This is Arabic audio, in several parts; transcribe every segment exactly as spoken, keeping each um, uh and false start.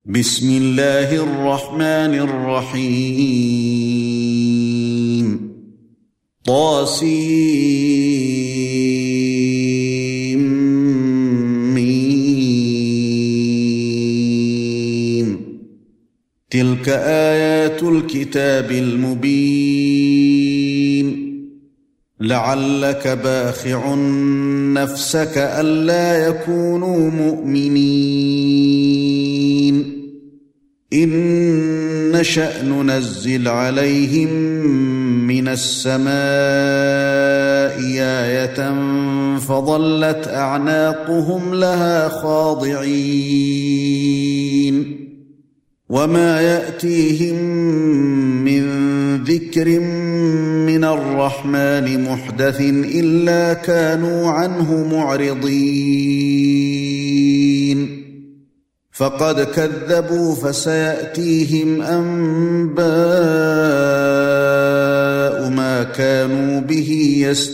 بسم الله الرحمن الرحيم طاسيم ميم تلك آيات الكتاب المبين لعلك باخع نفسك ألا يكونوا مؤمنين إن نشأ ننزل عليهم من السماء آية فظلت أعناقهم لها خاضعين وما يأتيهم من ذكر من الرحمن محدث إلا كانوا عنه معرضين فقد كذبوا فسيأتيهم أنباء ما كانوا به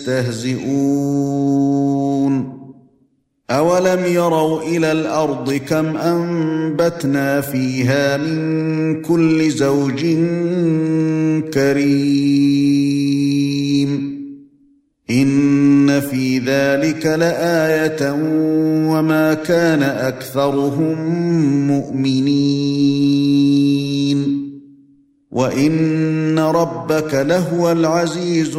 يستهزئون أولم يروا إلى الأرض كم أنبتنا فيها من كل زوج كريم إن في ذلك لآية وما كان أكثرهم مؤمنين وإن ربك لهو العزيز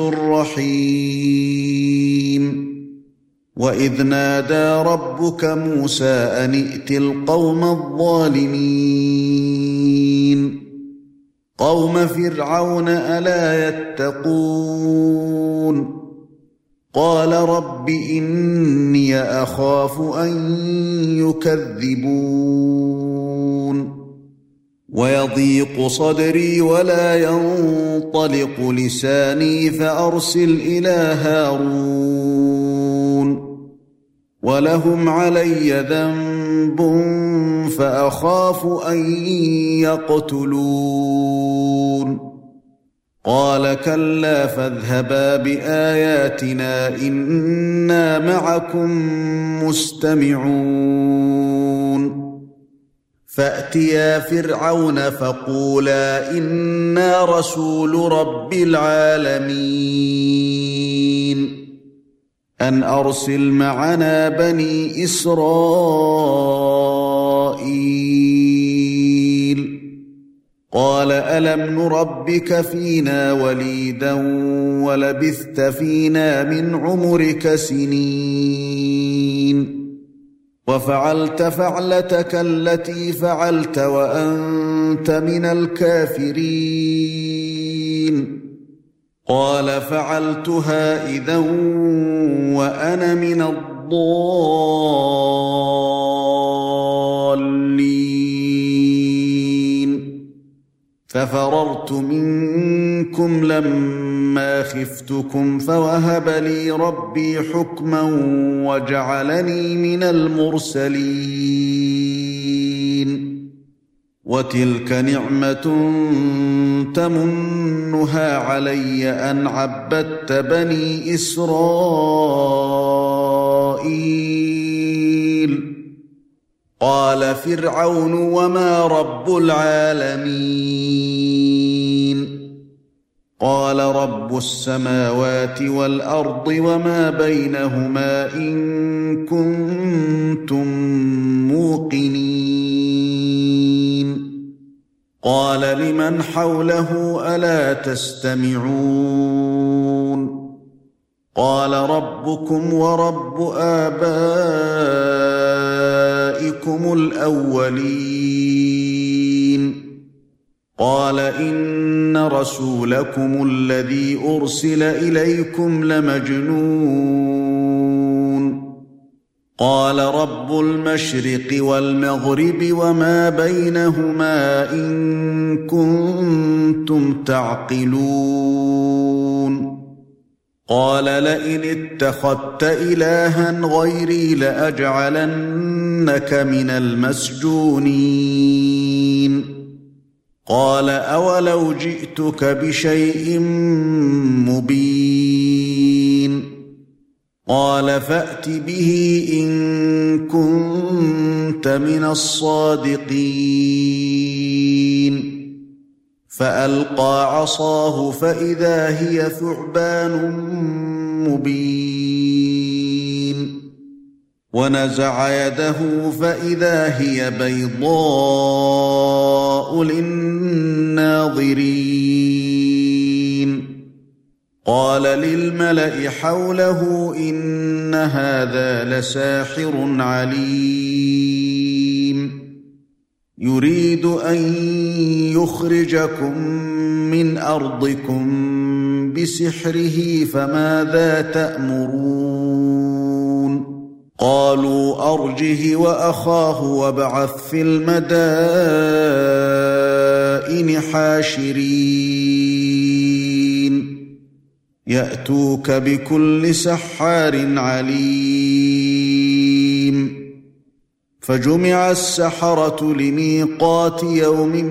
الرحيم وإذ نادى ربك موسى أن ائت القوم الظالمين قوم فرعون ألا يتقون قال رب إني أخاف أن يكذبون ويضيق صدري ولا ينطلق لساني فأرسل إلى هارون ولهم علي ذنب فأخاف أن يقتلون قال كلا فاذهبا بآياتنا إنا معكم مستمعون فأتيا فرعون فقولا إنا رسول رب العالمين أن أرسل معنا بني إسرائيل قال ألم نربك فينا وليدا ولبثت فينا من عمرك سنين وفعلت فعلتك التي فعلت وأنت من الكافرين قال فعلتها إذا وأنا من الضالين ففررت منكم لما خفتكم فوهب لي ربي حكما وجعلني من المرسلين وتلك نعمة تمنها علي أن عبدت بني إسرائيل قال فرعون وما رب العالمين قال رب السماوات والأرض وما بينهما إن كنتم موقنين قال لمن حوله ألا تستمعون قال ربكم ورب آبائكم الأولين قال إن رسولكم الذي أرسل إليكم لمجنون قال رب المشرق والمغرب وما بينهما إن كنتم تعقلون قال لئن اتخذت إلها غيري لأجعلنك من المسجونين قال أولو جئتك بشيء مبين قال فأت به إن كنت من الصادقين فألقى عصاه فإذا هي ثعبان مبين ونزع يده فإذا هي بيضاء للناظرين قال للملأ حوله إن هذا لساحر عليم يريد أن يخرجكم من أرضكم بسحره فماذا تأمرون قالوا أرجه وأخاه وابعث في المدائن حاشرين يأتوك بكل سحار عليم فجمع السحرة لميقات يوم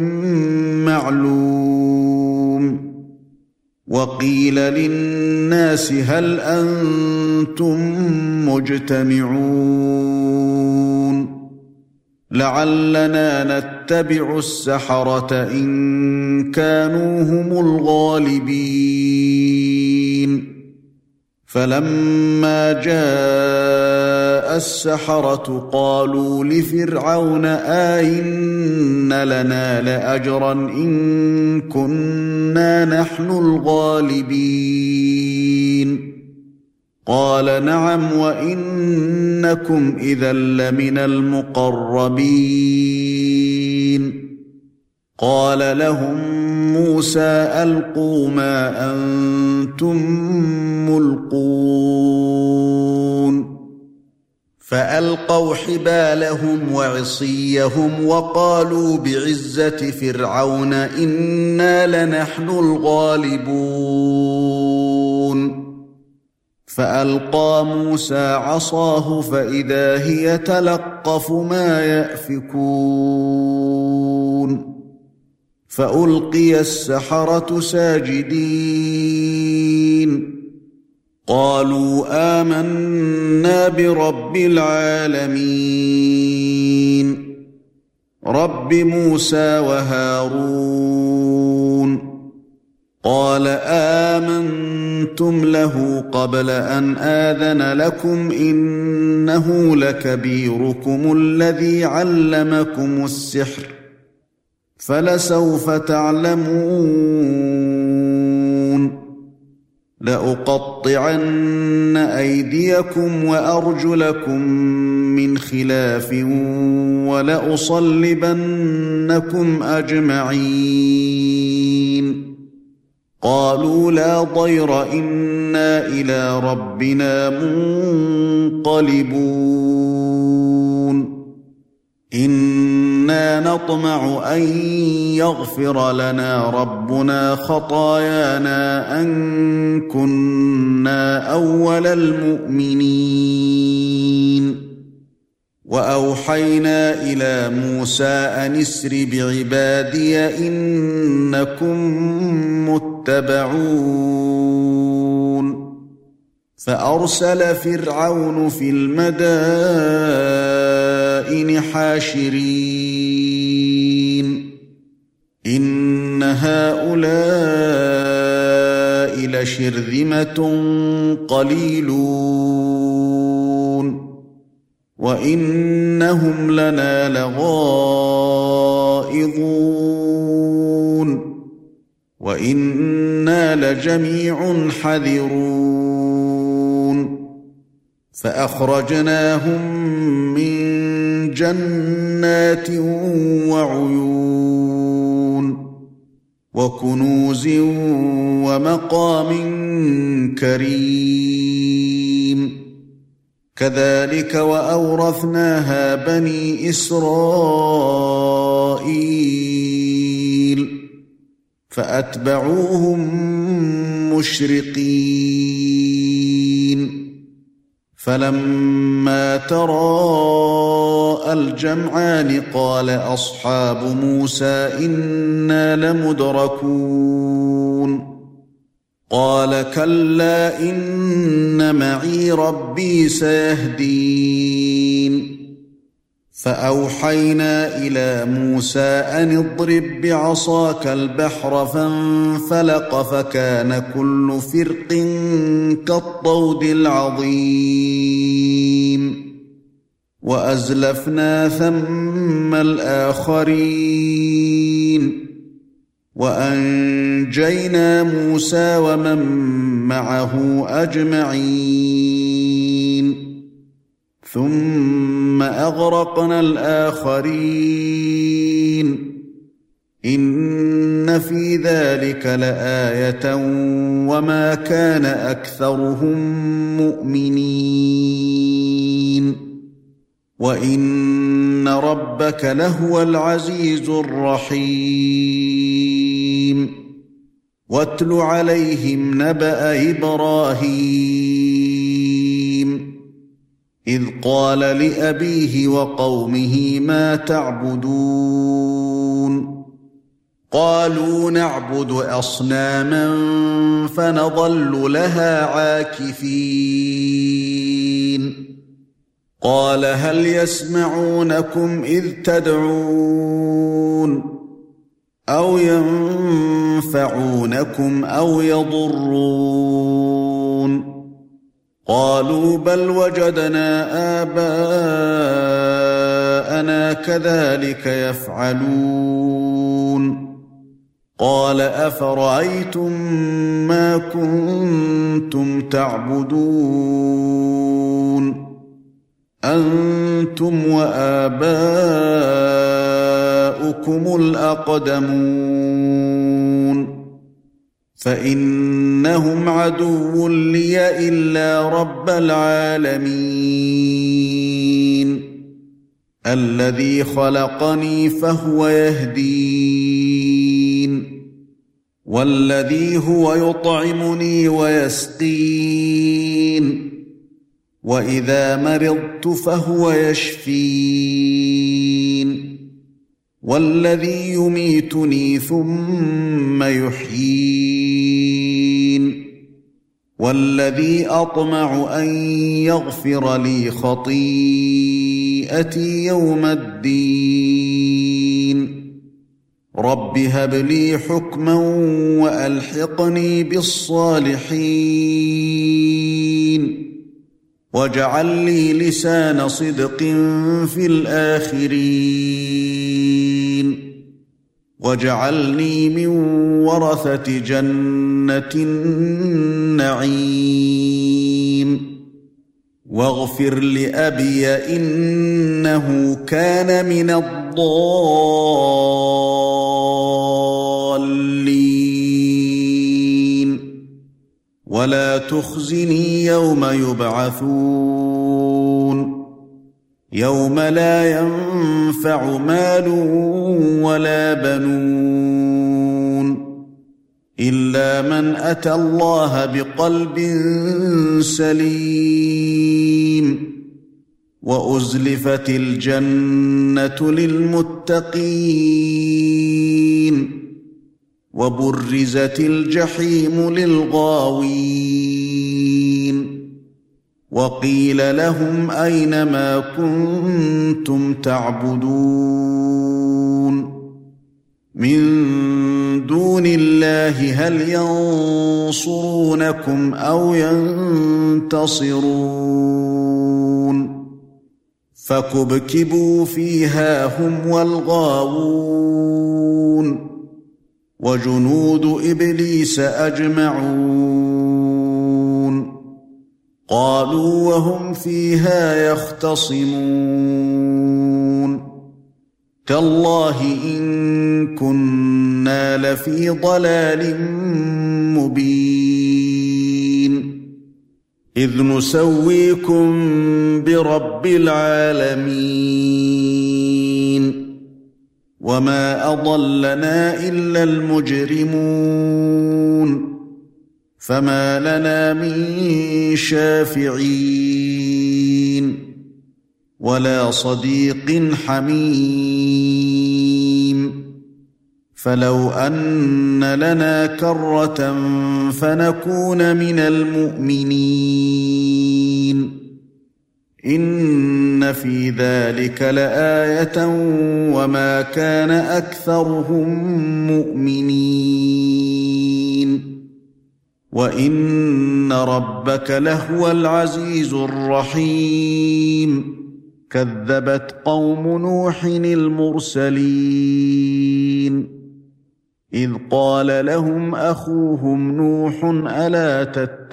معلوم وقيل للناس هل أنتم مجتمعون لعلنا نتبع السحرة إن كانوا هم الغالبين فلما جاء السحرة قالوا لفرعون آئن لنا لأجرا إن كنا نحن الغالبين قال نعم وإنكم إذا لمن المقربين قال لهم موسى ألقوا ما أنتم ملقون فألقوا حبالهم وعصيهم وقالوا بعزة فرعون إنا لنحن الغالبون فألقى موسى عصاه فإذا هي تلقف ما يأفكون فألقي السحرة ساجدين قالوا آمنا برب العالمين رب موسى وهارون قال آمنتم له قبل أن آذن لكم إنه لكبيركم الذي علمكم السحر فلسوف تعلمون لأقطعن أيديكم وأرجلكم من خلاف ولأصلبنكم أجمعين قالوا لا ضير إنا إلى ربنا منقلبون إنا نطمع أن يغفر لنا ربنا خطايانا أن كنا أول المؤمنين وأوحينا إلى موسى أن اسر بعبادي إنكم متبعون فأرسل فرعون في المدائن حاشرين إن هؤلاء لشرذمة قليلون وإنهم لنا لغائظون وإنا لجميع حذرون فأخرجناهم من جنات وعيون وكنوز ومقام كريم كذلك وأورثناها بني إسرائيل فأتبعوهم مشرقين فلما تراءى الجمعان قال أصحاب موسى إنا لمدركون قال كلا إن معي ربي سيهدين فأوحينا إلى موسى أن اضرب بعصاك البحر فانفلق فكان كل فرق كالطود العظيم وأزلفنا ثم الآخرين وأنجينا موسى ومن معه أجمعين ثم أغرقنا الآخرين إن في ذلك لآية وما كان أكثرهم مؤمنين وإن ربك لهو العزيز الرحيم واتل عليهم نبأ إبراهيم إذ قال لأبيه وقومه ما تعبدون قالوا نعبد أصناما فنظل لها عاكفين قال هل يسمعونكم إذ تدعون أو ينفعونكم أو يضرون قالوا بل وجدنا آباءنا كذلك يفعلون قال أفرأيتم ما كنتم تعبدون أنتم وآباؤكم الأقدمون فإنهم عدو لي إلا رب العالمين الذي خلقني فهو يهدين والذي هو يطعمني ويسقين وإذا مرضت فهو يشفين والذي يميتني ثم يحيين والذي أطمع أن يغفر لي خطيئتي يوم الدين رب هب لي حكما وألحقني بالصالحين واجعل لي لسان صدق في الآخرين واجعلني من ورثة جنة النعيم واغفر لأبي إنه كان من الضالين ولا تخزني يوم يبعثون يوم لا ينفع مال ولا بنون إلا من أتى الله بقلب سليم وأزلفت الجنة للمتقين وبرزت الجحيم للغاوين وقيل لهم أين ما كنتم تعبدون من دون الله هل ينصرونكم أو ينتصرون فكبكبوا فيها هم والغاوون وجنود إبليس أجمعون قالوا وهم فيها يختصمون تالله إن كنا لفي ضلال مبين إذ نسويكم برب العالمين وما أضلنا إلا المجرمون فما لنا من شافعين ولا صديق حميم فلو أن لنا كرة فنكون من المؤمنين إن في ذلك لآية وما كان أكثرهم مؤمنين وإن ربك لهو العزيز الرحيم كذبت قوم نوح المرسلين إذ قال لهم أخوهم نوح ألا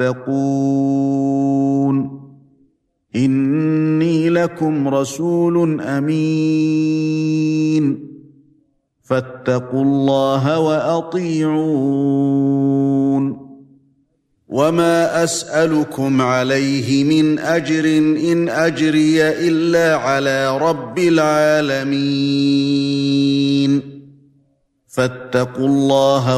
تتقون إني لكم رسول أمين فاتقوا الله وأطيعون وما أسألكم عليه من أجر إن أجري إلا على رب العالمين فاتقوا الله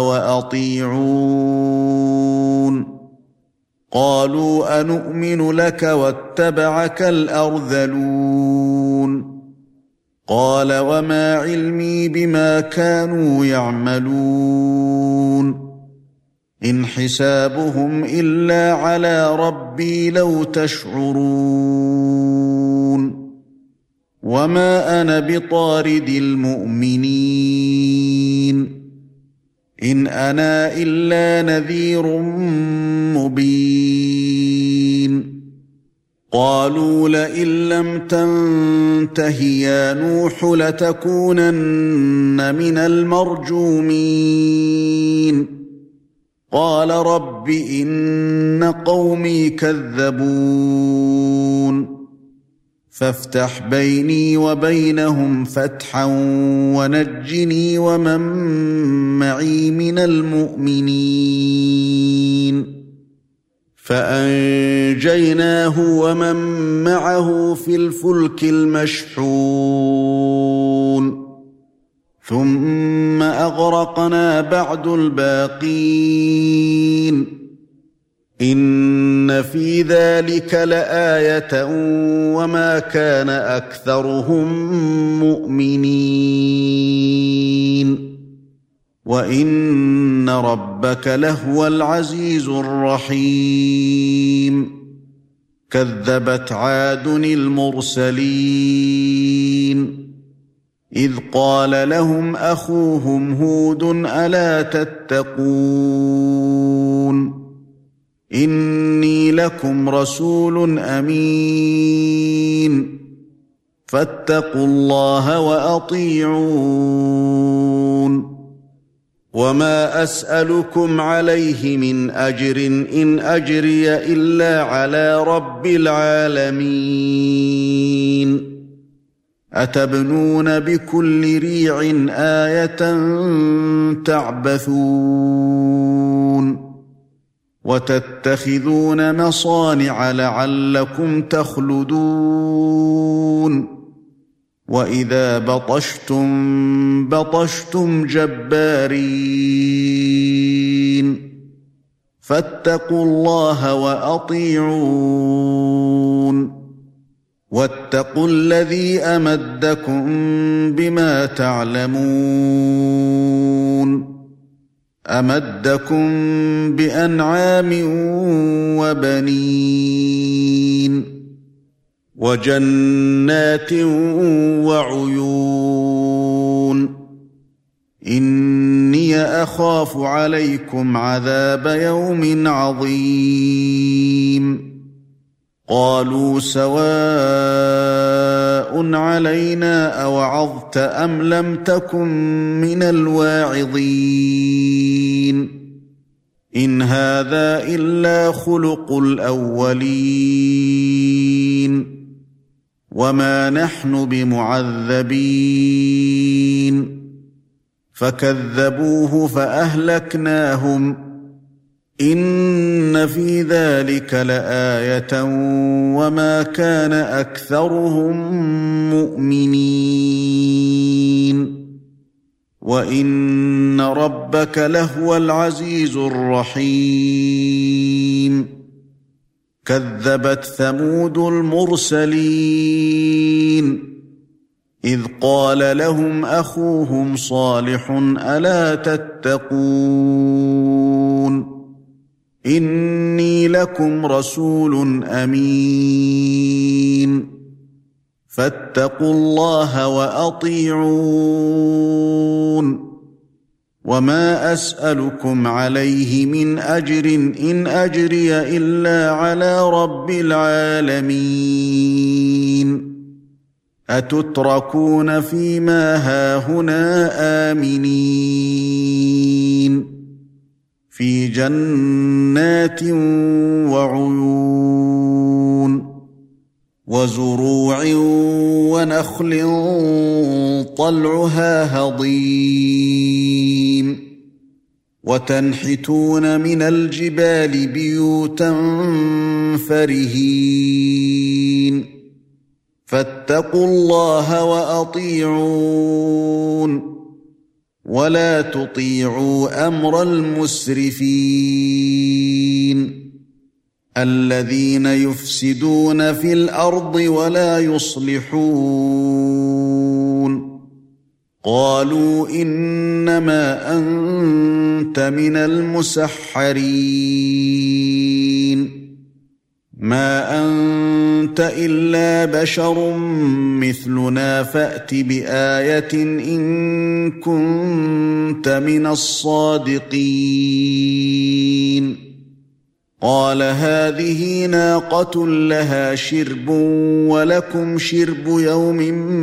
وأطيعون قالوا أنؤمن لك واتبعك الأرذلون قال وما علمي بما كانوا يعملون إن حسابهم إلا على ربي لو تشعرون وما أنا بطارد المؤمنين إن أنا إلا نذير مبين قالوا لئن لم تنته يا نوح لتكونن من المرجومين قال رب إن قومي كذبون فافتح بيني وبينهم فتحا ونجني ومن معي من المؤمنين فأنجيناه ومن معه في الفلك المشحون ثم أغرقنا بعد الباقين إن في ذلك لآية وما كان أكثرهم مؤمنين وإن ربك لهو العزيز الرحيم كذبت عاد المرسلين إذ قال لهم أخوهم هود ألا تتقون إني لكم رسول أمين فاتقوا الله وأطيعون وما أسألكم عليه من أجر إن أجري إلا على رب العالمين أتبنون بكل ريع آية تعبثون وتتخذون مصانع لعلكم تخلدون وإذا بطشتم بطشتم جبارين فاتقوا الله وأطيعون واتقوا الذي أمدكم بما تعلمون أمدكم بأنعام وبنين وجنات وعيون إني أخاف عليكم عذاب يوم عظيم قالوا سواء علينا أوعظت أم لم تكن من الواعظين إن هذا إلا خلق الأولين وما نحن بمعذبين فكذبوه فأهلكناهم إن في ذلك لآية وما كان أكثرهم مؤمنين وإن ربك لهو العزيز الرحيم كذبت ثمود المرسلين إذ قال لهم أخوهم صالح ألا تتقون إني لكم رسول أمين فاتقوا الله وأطيعون وما أسألكم عليه من أجر إن أجري إلا على رب العالمين أتتركون فيما هاهنا آمنين في جنات وعيون وزروع ونخل طلعها هضيم وتنحتون من الجبال بيوتا فرهين فاتقوا الله وأطيعون ولا تطيعوا أمر المسرفين الذين يفسدون في الأرض ولا يصلحون قالوا إنما أنت من المسحرين ما أنت إلا بشر مثلنا فأت بآية إن كنت من الصادقين قال هذه ناقة لها شرب ولكم شرب يوم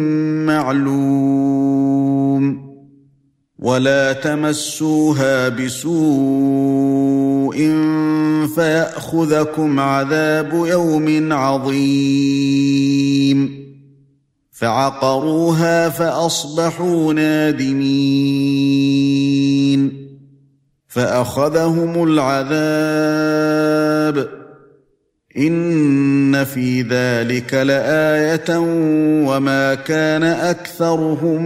معلوم ولا تمسوها بسوء فيأخذكم عذاب يوم عظيم فعقروها فأصبحوا نادمين فأخذهم العذاب إن في ذلك لآية وما كان أكثرهم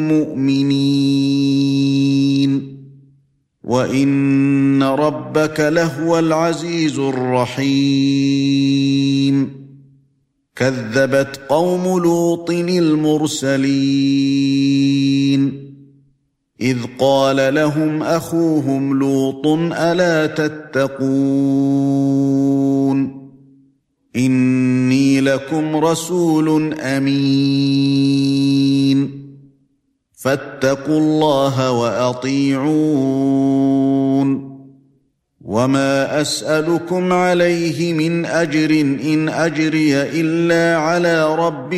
مؤمنين وإن ربك لهو العزيز الرحيم كذبت قوم لوط المرسلين إذ قال لهم أخوهم لوط ألا تتقون إني لكم رسول أمين فاتقوا الله وأطيعون وما أسألكم عليه من أجر إن أجري إلا على رب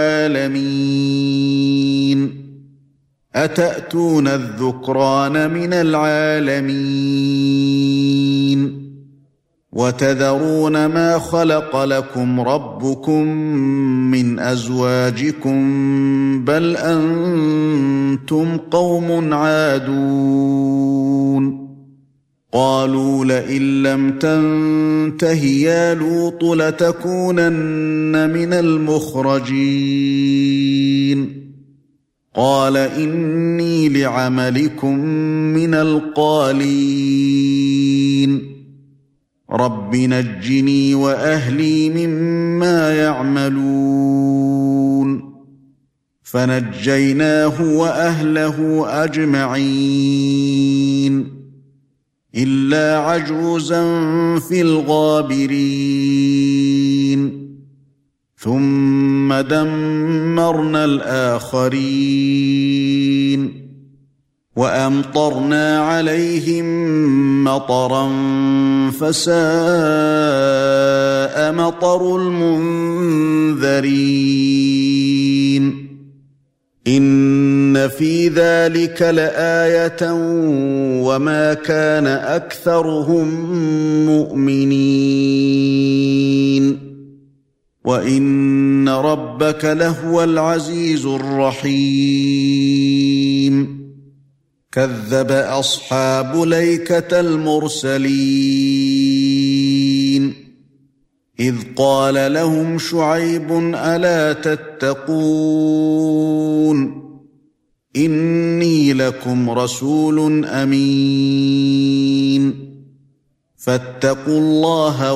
العالمين أتأتون الذكران من العالمين وتذرون ما خلق لكم ربكم من أزواجكم بل أنتم قوم عادون قالوا لئن لم تنته يا لوط لتكونن من المخرجين قال إني لعملكم من القالين رب نجني وأهلي مما يعملون فنجيناه وأهله أجمعين إلا عجوزا في الغابرين ثم دمرنا الآخرين وأمطرنا عليهم مطرا فساء مطر المنذرين إن في ذلك لآية وما كان أكثرهم مؤمنين وإن ربك لهو العزيز الرحيم كذب أصحاب ليكة المرسلين إذ قال لهم شعيب ألا تتقون إني لكم رسول أمين فاتقوا الله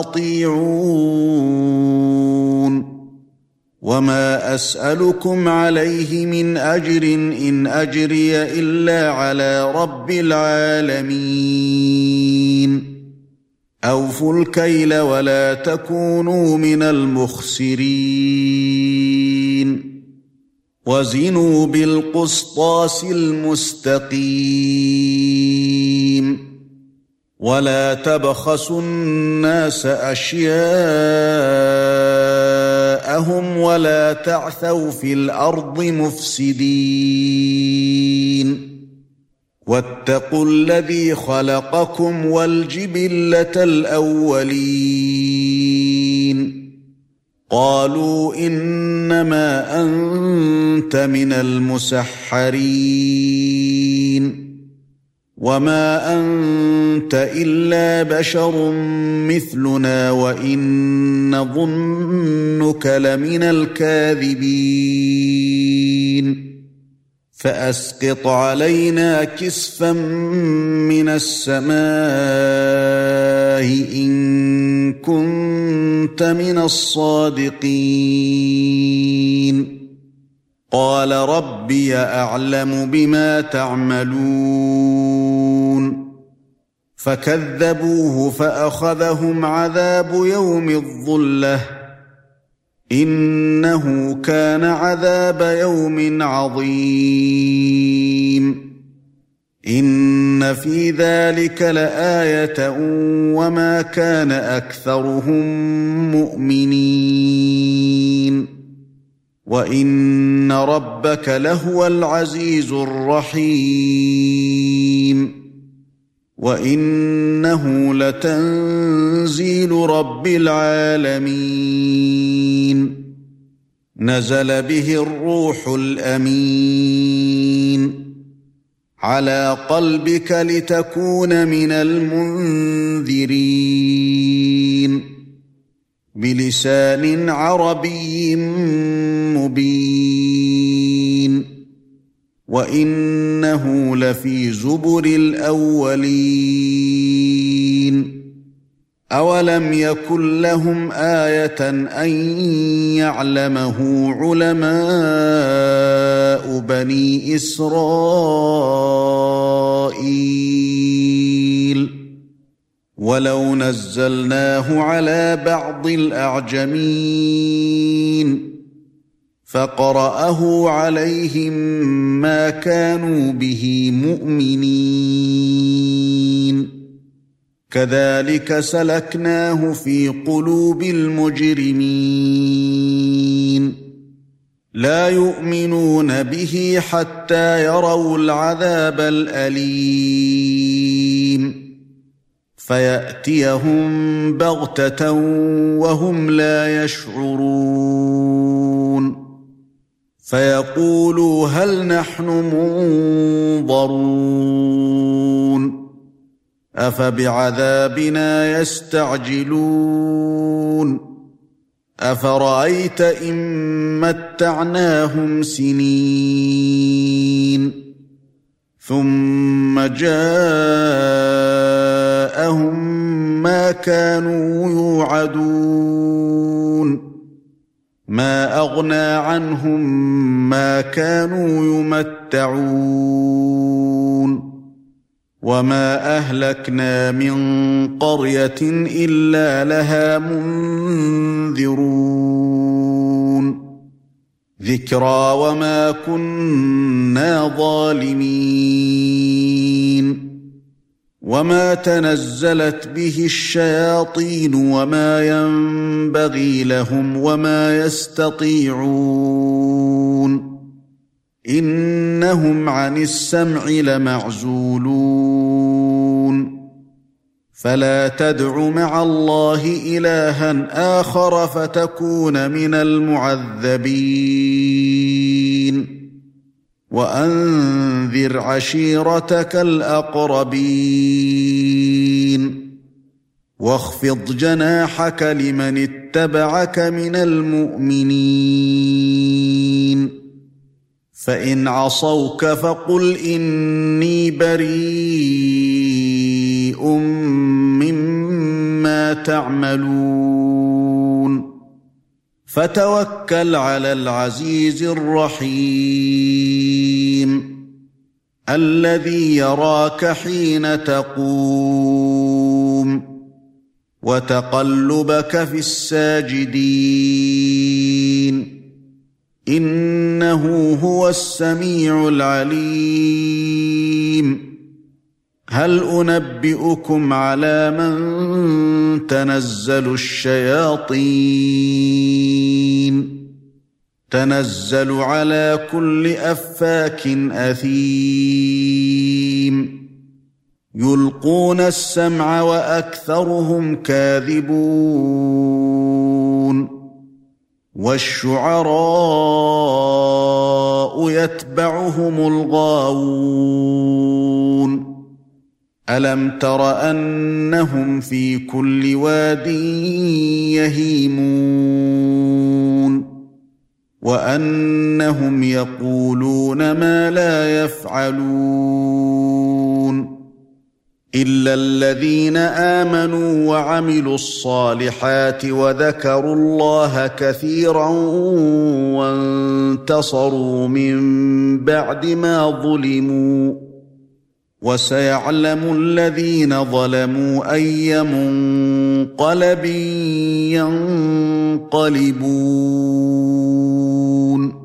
وأطيعون وما أسألكم عليه من أجر إن أجري إلا على رب العالمين أوفوا الكيل ولا تكونوا من المخسرين وزنوا بالقسطاس المستقيم ولا تبخسوا الناس أشياءهم ولا تعثوا في الأرض مفسدين واتقوا الذي خلقكم والجبلة الأولين قالوا إنما أنت من المسحرين وما أنت إلا بشر مثلنا وإن نظنك لمن الكاذبين فأسقط علينا كسفا من السماء إن كنت من الصادقين قال ربي أعلم بما تعملون فكذبوه فأخذهم عذاب يوم الظلة إنه كان عذاب يوم عظيم إن في ذلك لآية وما كان أكثرهم مؤمنين وإن ربك لهو العزيز الرحيم وإنه لتنزيل رب العالمين نزل به الروح الأمين على قلبك لتكون من المنذرين بلسان عربي مبين وإنه لفي زبر الأولين أولم يكن لهم آية أن يعلمه علماء بني إسرائيل ولو نزلناه على بعض الأعجمين فقرأه عليهم ما كانوا به مؤمنين كذلك سلكناه في قلوب المجرمين لا يؤمنون به حتى يروا العذاب الأليم فيأتيهم بغتة وهم لا يشعرون فيقولوا هل نحن منظرون أفبعذابنا يستعجلون أفرأيت إن متعناهم سنين ثم جاءهم ما كانوا يوعدون ما أغنى عنهم ما كانوا يمتعون وما أهلكنا من قرية إلا لها منذرون ذكرى وما كنا ظالمين وما تنزلت به الشياطين وما ينبغي لهم وما يستطيعون إنهم عن السمع لمعزولون فلا تدع مع الله إلها آخر فتكون من المعذبين وأنذر عشيرتك الأقربين واخفض جناحك لمن اتبعك من المؤمنين فإن عصوك فقل إني بريء مما تعملون فتوكل على العزيز الرحيم الذي يراك حين تقوم وتقلبك في الساجدين إنه هو السميع العليم هل أنبئكم على من تنزل الشياطين تنزل على كل أفاك أثيم يلقون السمع وأكثرهم كاذبون والشعراء يتبعهم الغاوون ألم تر أنهم في كل واد يهيمون وأنهم يقولون ما لا يفعلون إلا الذين آمنوا وعملوا الصالحات وذكروا الله كثيرا وانتصروا من بعد ما ظلموا وسيعلم الذين ظلموا أي منقلب ينقلبون